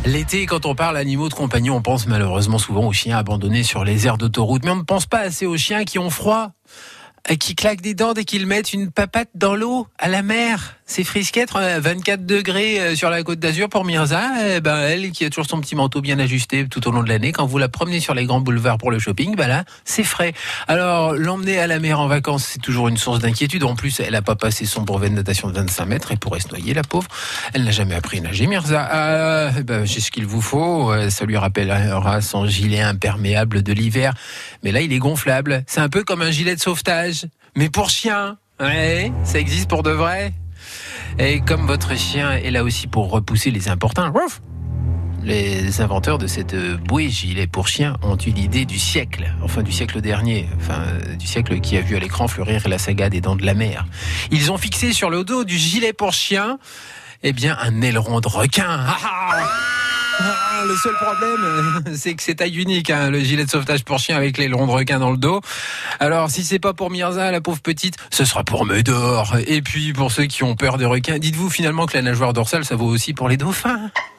L'été, quand on parle animaux de compagnie, on pense malheureusement souvent aux chiens abandonnés sur les aires d'autoroute. Mais on ne pense pas assez aux chiens qui ont froid, qui claquent des dents dès qu'ils mettent une papate dans l'eau, à la mer. C'est frisquette, 24 degrés sur la Côte d'Azur pour Mirza. Elle qui a toujours son petit manteau bien ajusté tout au long de l'année, quand vous la promenez sur les grands boulevards pour le shopping, là, c'est frais. Alors, l'emmener à la mer en vacances, c'est toujours une source d'inquiétude. En plus, elle n'a pas passé son brevet de natation de 25 mètres et pourrait se noyer, la pauvre. Elle n'a jamais appris à nager, Mirza. J'ai ce qu'il vous faut. Ça lui rappellera son gilet imperméable de l'hiver. Mais là, il est gonflable. C'est un peu comme un gilet de sauvetage. Mais pour chien. Ouais, ça existe pour de vrai. Et comme votre chien est là aussi pour repousser les importuns, les inventeurs de cette bouée gilet pour chien ont eu l'idée du siècle, du siècle dernier, du siècle qui a vu à l'écran fleurir la saga des Dents de la Mer. Ils ont fixé sur le dos du gilet pour chien, un aileron de requin. Le seul problème, c'est que c'est taille unique, le gilet de sauvetage pour chien avec l'aileron de requin dans le dos. Alors, si c'est pas pour Mirza, la pauvre petite, ce sera pour Médor. Et puis, pour ceux qui ont peur des requins, dites-vous finalement que la nageoire dorsale, ça vaut aussi pour les dauphins.